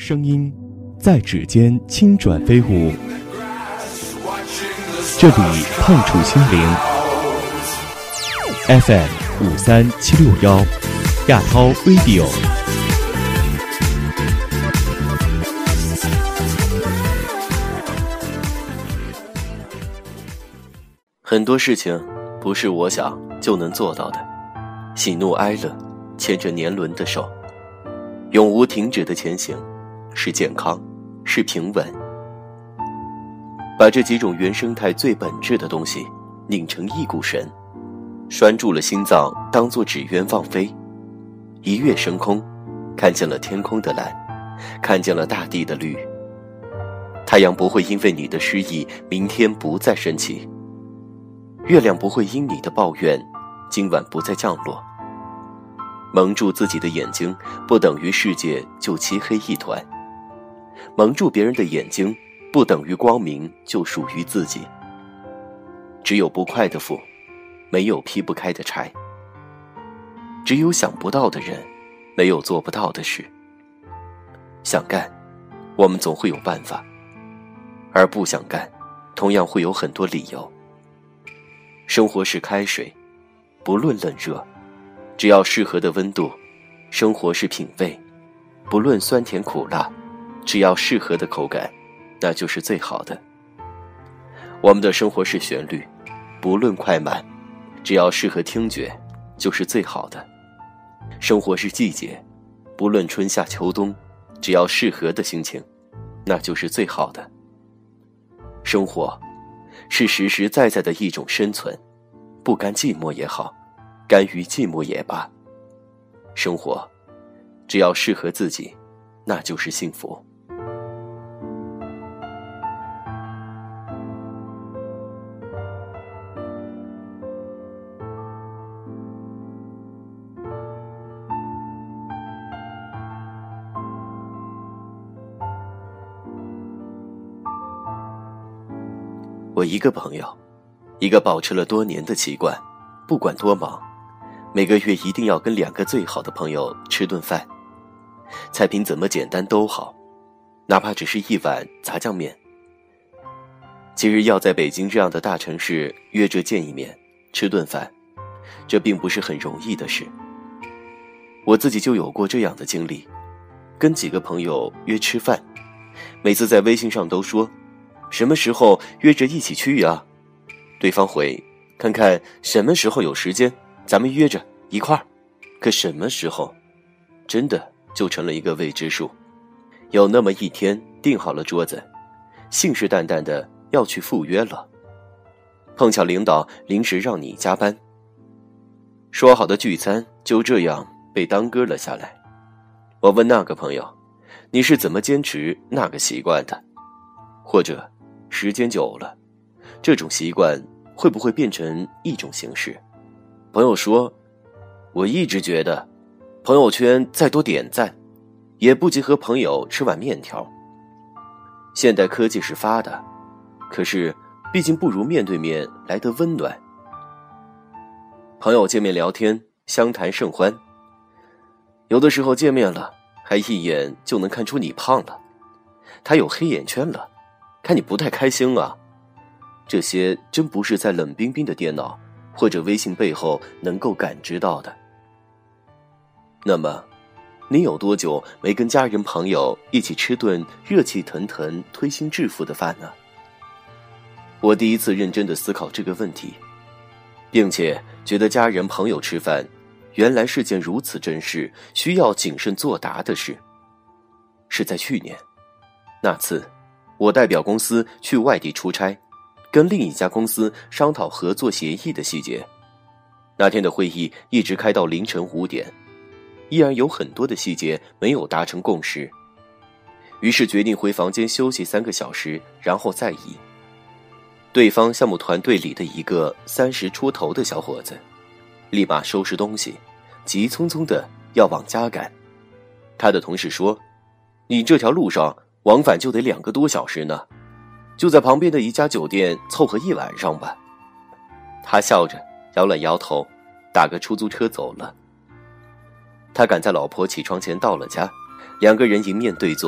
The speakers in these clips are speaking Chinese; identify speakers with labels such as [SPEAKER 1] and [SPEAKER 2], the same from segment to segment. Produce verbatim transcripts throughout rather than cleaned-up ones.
[SPEAKER 1] 声音在指尖轻转飞舞，这里碰触心灵。 F M 五三七六幺亚涛 Radio。
[SPEAKER 2] 很多事情不是我想就能做到的，喜怒哀乐牵着年轮的手，永无停止的前行，是健康，是平稳。把这几种原生态最本质的东西拧成一股绳，拴住了心脏，当作纸鸢放飞，一跃升空，看见了天空的蓝，看见了大地的绿。太阳不会因为你的失意明天不再升起，月亮不会因你的抱怨今晚不再降落。蒙住自己的眼睛不等于世界就漆黑一团，蒙住别人的眼睛不等于光明就属于自己。只有不快的富，没有劈不开的柴。只有想不到的人，没有做不到的事。想干，我们总会有办法；而不想干，同样会有很多理由。生活是开水，不论冷热，只要适合的温度；生活是品味，不论酸甜苦辣，只要适合的口感，那就是最好的。我们的生活是旋律，不论快慢，只要适合听觉，就是最好的。生活是季节，不论春夏秋冬，只要适合的心情，那就是最好的。生活是实实在在的一种生存，不甘寂寞也好，甘于寂寞也罢。生活只要适合自己，那就是幸福。我一个朋友，一个保持了多年的习惯，不管多忙，每个月一定要跟两个最好的朋友吃顿饭，菜品怎么简单都好，哪怕只是一碗炸酱面。其实要在北京这样的大城市约着见一面吃顿饭，这并不是很容易的事。我自己就有过这样的经历，跟几个朋友约吃饭，每次在微信上都说什么时候约着一起去呀？对方回看看什么时候有时间，咱们约着一块儿。可什么时候真的就成了一个未知数。有那么一天订好了桌子，信誓旦旦的要去赴约了，碰巧领导临时让你加班，说好的聚餐就这样被耽搁了下来。我问那个朋友，你是怎么坚持那个习惯的？或者时间久了，这种习惯会不会变成一种形式？朋友说，我一直觉得朋友圈再多点赞也不及和朋友吃碗面条。现代科技是发达，可是毕竟不如面对面来得温暖。朋友见面聊天，相谈甚欢，有的时候见面了还一眼就能看出你胖了，他有黑眼圈了，看你不太开心啊。这些真不是在冷冰冰的电脑或者微信背后能够感知到的。那么你有多久没跟家人朋友一起吃顿热气腾腾推心置腹的饭呢？我第一次认真地思考这个问题，并且觉得家人朋友吃饭原来是件如此珍视，需要谨慎作答的事。是在去年，那次我代表公司去外地出差，跟另一家公司商讨合作协议的细节。那天的会议一直开到凌晨五点，依然有很多的细节没有达成共识。于是决定回房间休息三个小时，然后再议。对方项目团队里的一个三十出头的小伙子，立马收拾东西，急匆匆的要往家赶。他的同事说，你这条路上往返就得两个多小时呢，就在旁边的一家酒店凑合一晚上吧。他笑着摇了摇头，打个出租车走了。他赶在老婆起床前到了家，两个人迎面对坐，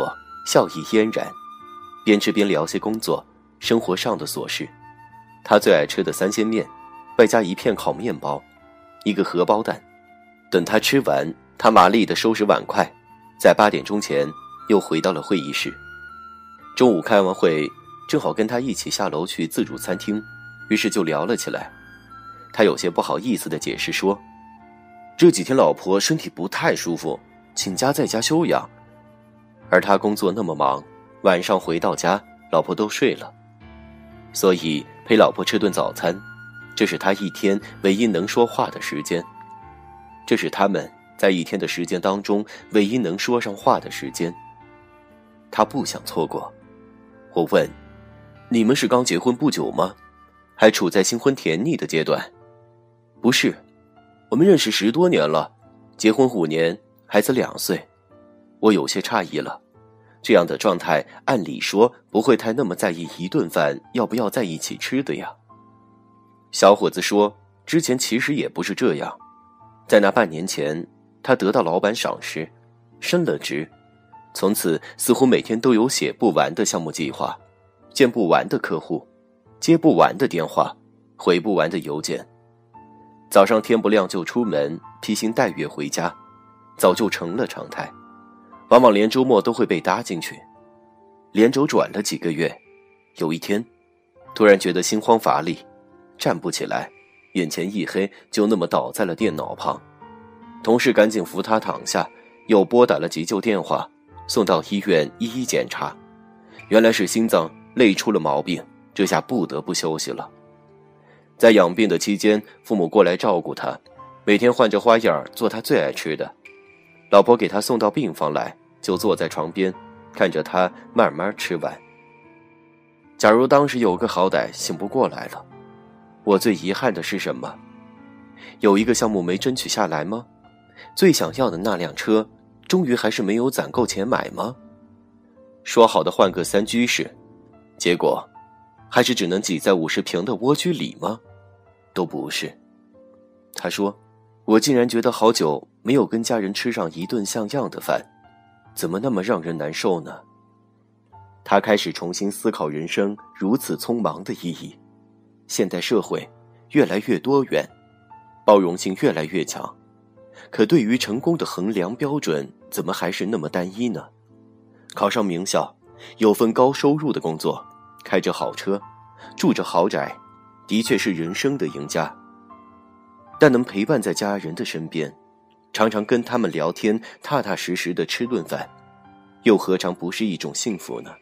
[SPEAKER 2] 笑意嫣然，边吃边聊些工作生活上的琐事。他最爱吃的三鲜面，外加一片烤面包，一个荷包蛋。等他吃完，他麻利地收拾碗筷，在八点钟前又回到了会议室。中午开完会，正好跟他一起下楼去自助餐厅，于是就聊了起来。他有些不好意思地解释说，这几天老婆身体不太舒服，请假在家休养。而他工作那么忙，晚上回到家老婆都睡了，所以陪老婆吃顿早餐，这是他一天唯一能说话的时间，这是他们在一天的时间当中唯一能说上话的时间。他不想错过。我问，你们是刚结婚不久吗？还处在新婚甜腻的阶段？不是，我们认识十多年了，结婚五年，孩子两岁。我有些诧异了，这样的状态按理说不会太那么在意一顿饭要不要在一起吃的呀。小伙子说，之前其实也不是这样，在那半年前，他得到老板赏识，升了职，从此似乎每天都有写不完的项目计划，见不完的客户，接不完的电话，回不完的邮件。早上天不亮就出门，披星戴月回家，早就成了常态，往往连周末都会被搭进去。连轴转了几个月，有一天突然觉得心慌乏力，站不起来，眼前一黑，就那么倒在了电脑旁。同事赶紧扶他躺下，又拨打了急救电话，送到医院一一检查，原来是心脏累出了毛病，这下不得不休息了。在养病的期间，父母过来照顾他，每天换着花样做他最爱吃的。老婆给他送到病房来，就坐在床边，看着他慢慢吃完。假如当时有个好歹醒不过来了，我最遗憾的是什么？有一个项目没争取下来吗？最想要的那辆车，终于还是没有攒够钱买吗？说好的换个三居室，结果还是只能挤在五十平的蜗居里吗？都不是。他说，我竟然觉得好久没有跟家人吃上一顿像样的饭，怎么那么让人难受呢？他开始重新思考人生如此匆忙的意义。现代社会越来越多元，包容性越来越强，可对于成功的衡量标准怎么还是那么单一呢？考上名校，有份高收入的工作，开着好车，住着豪宅，的确是人生的赢家。但能陪伴在家人的身边，常常跟他们聊天，踏踏实实的吃顿饭，又何尝不是一种幸福呢？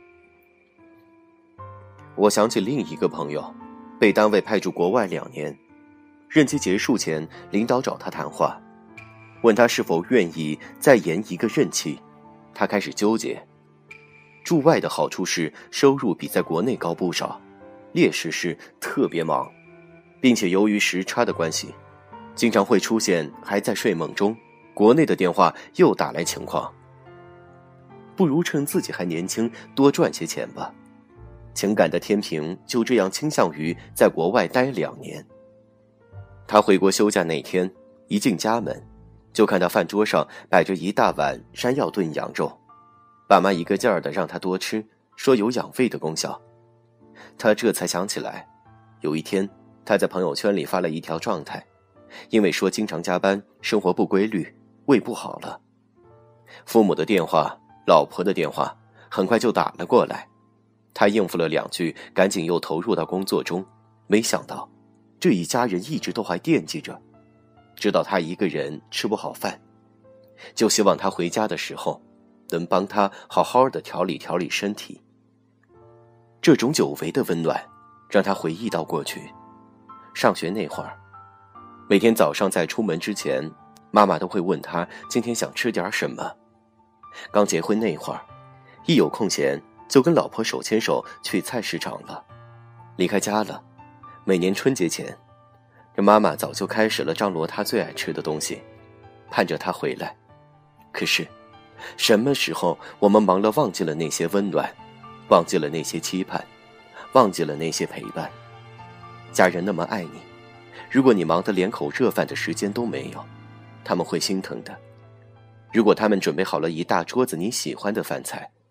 [SPEAKER 2] 我想起另一个朋友，被单位派驻国外两年，任期结束前，领导找他谈话，问他是否愿意再延一个任期。他开始纠结。驻外的好处是收入比在国内高不少，劣势是特别忙，并且由于时差的关系，经常会出现还在睡梦中，国内的电话又打来情况。不如趁自己还年轻，多赚些钱吧。情感的天平就这样倾向于在国外待两年。他回国休假那天，一进家门，就看到饭桌上摆着一大碗山药炖羊肉，爸妈一个劲儿的让他多吃，说有养胃的功效。他这才想起来，有一天他在朋友圈里发了一条状态，因为说经常加班，生活不规律，胃不好了。父母的电话，老婆的电话很快就打了过来，他应付了两句，赶紧又投入到工作中。没想到这一家人一直都还惦记着，知道他一个人吃不好饭，就希望他回家的时候能帮他好好的调理调理身体。这种久违的温暖让他回忆到过去，上学那会儿，每天早上在出门之前，妈妈都会问他今天想吃点什么。刚结婚那会儿，一有空闲就跟老婆手牵手去菜市场了。离开家了，每年春节前，这妈妈早就开始了张罗他最爱吃的东西，盼着他回来。可是什么时候我们忙了，忘记了那些温暖，忘记了那些期盼，忘记了那些陪伴。家人那么爱你，如果你忙得连口热饭的时间都没有，他们会心疼的。如果他们准备好了一大桌子你喜欢的饭菜，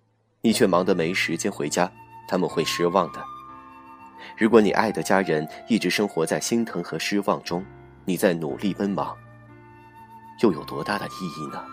[SPEAKER 2] 你却忙得没时间回家，他们会失望的。如果你爱的家人一直生活在心疼和失望中，你在努力奔忙，又有多大的意义呢？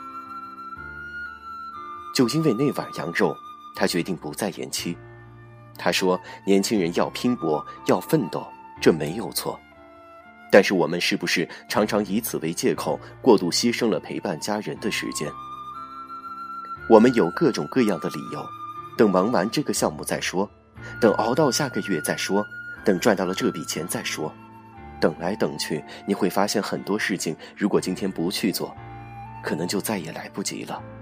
[SPEAKER 2] 就因为那碗羊肉，他决定不再延期。他说，年轻人要拼搏，要奋斗，这没有错。但是我们是不是常常以此为借口，过度牺牲了陪伴家人的时间？我们有各种各样的理由，等忙完这个项目再说，等熬到下个月再说，等赚到了这笔钱再说。等来等去，你会发现很多事情，如果今天不去做，可能就再也来不及了。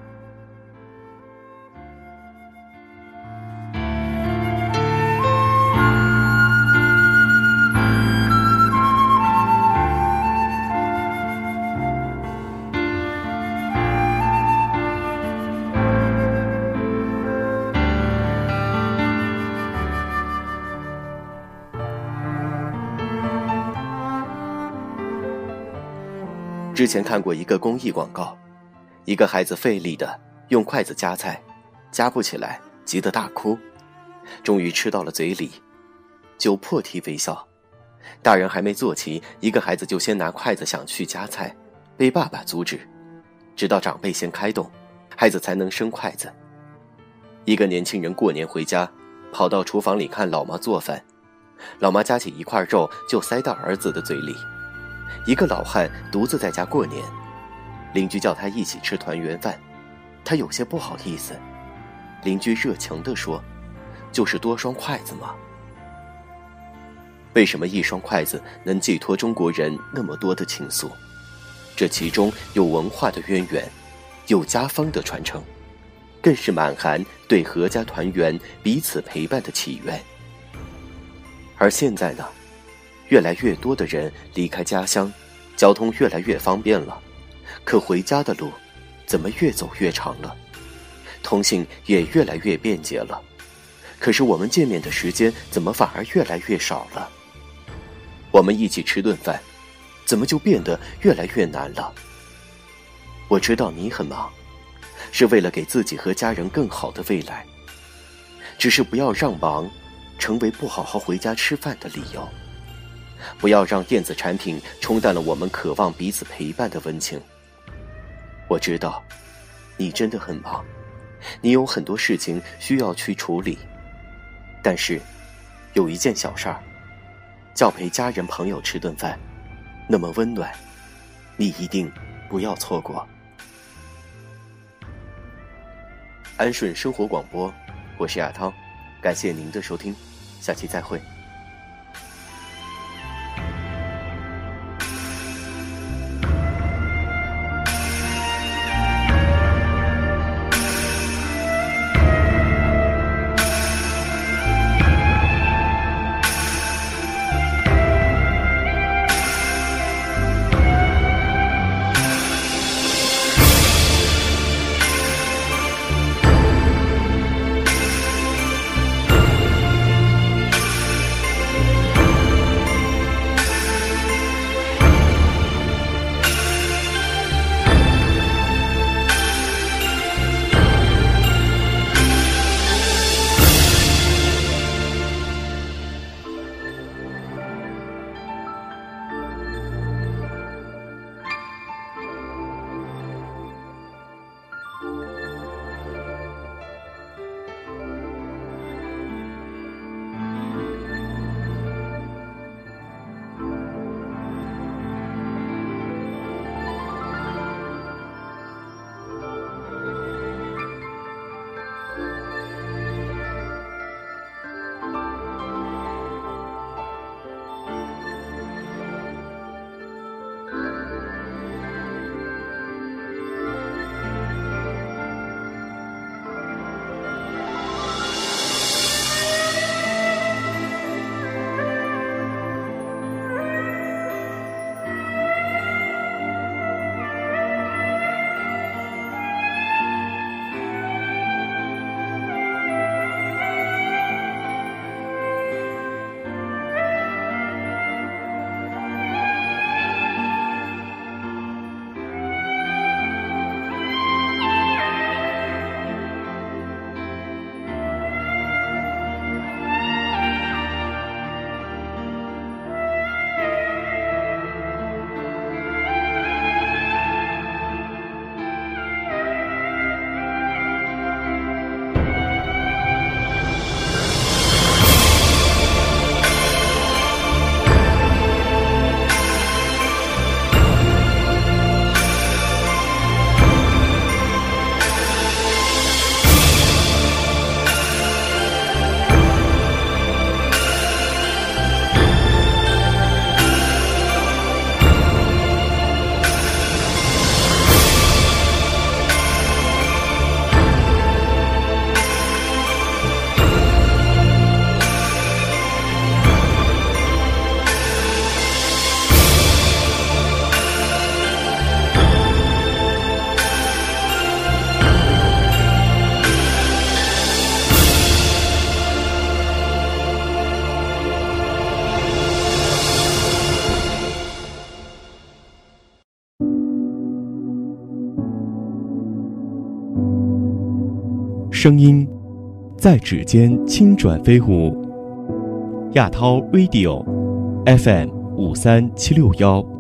[SPEAKER 2] 之前看过一个公益广告，一个孩子费力的用筷子夹菜，夹不起来，急得大哭，终于吃到了嘴里，就破涕为笑。大人还没坐齐，一个孩子就先拿筷子想去夹菜，被爸爸阻止，直到长辈先开动，孩子才能伸筷子。一个年轻人过年回家，跑到厨房里看老妈做饭，老妈夹起一块肉就塞到儿子的嘴里。一个老汉独自在家过年，邻居叫他一起吃团圆饭，他有些不好意思。邻居热情地说，就是多双筷子嘛。为什么一双筷子能寄托中国人那么多的情愫？这其中有文化的渊源，有家风的传承，更是满含对阖家团圆、彼此陪伴的祈愿。而现在呢，越来越多的人离开家乡，交通越来越方便了，可回家的路怎么越走越长了？通信也越来越便捷了，可是我们见面的时间怎么反而越来越少了？我们一起吃顿饭，怎么就变得越来越难了？我知道你很忙，是为了给自己和家人更好的未来，只是不要让忙成为不好好回家吃饭的理由。不要让电子产品冲淡了我们渴望彼此陪伴的温情。我知道你真的很忙，你有很多事情需要去处理，但是有一件小事儿，叫陪家人朋友吃顿饭，那么温暖，你一定不要错过。安顺生活广播，我是亚涛，感谢您的收听，下期再会。
[SPEAKER 1] 声音在指尖轻转飞舞。亚涛 Radio F M 五三七六幺。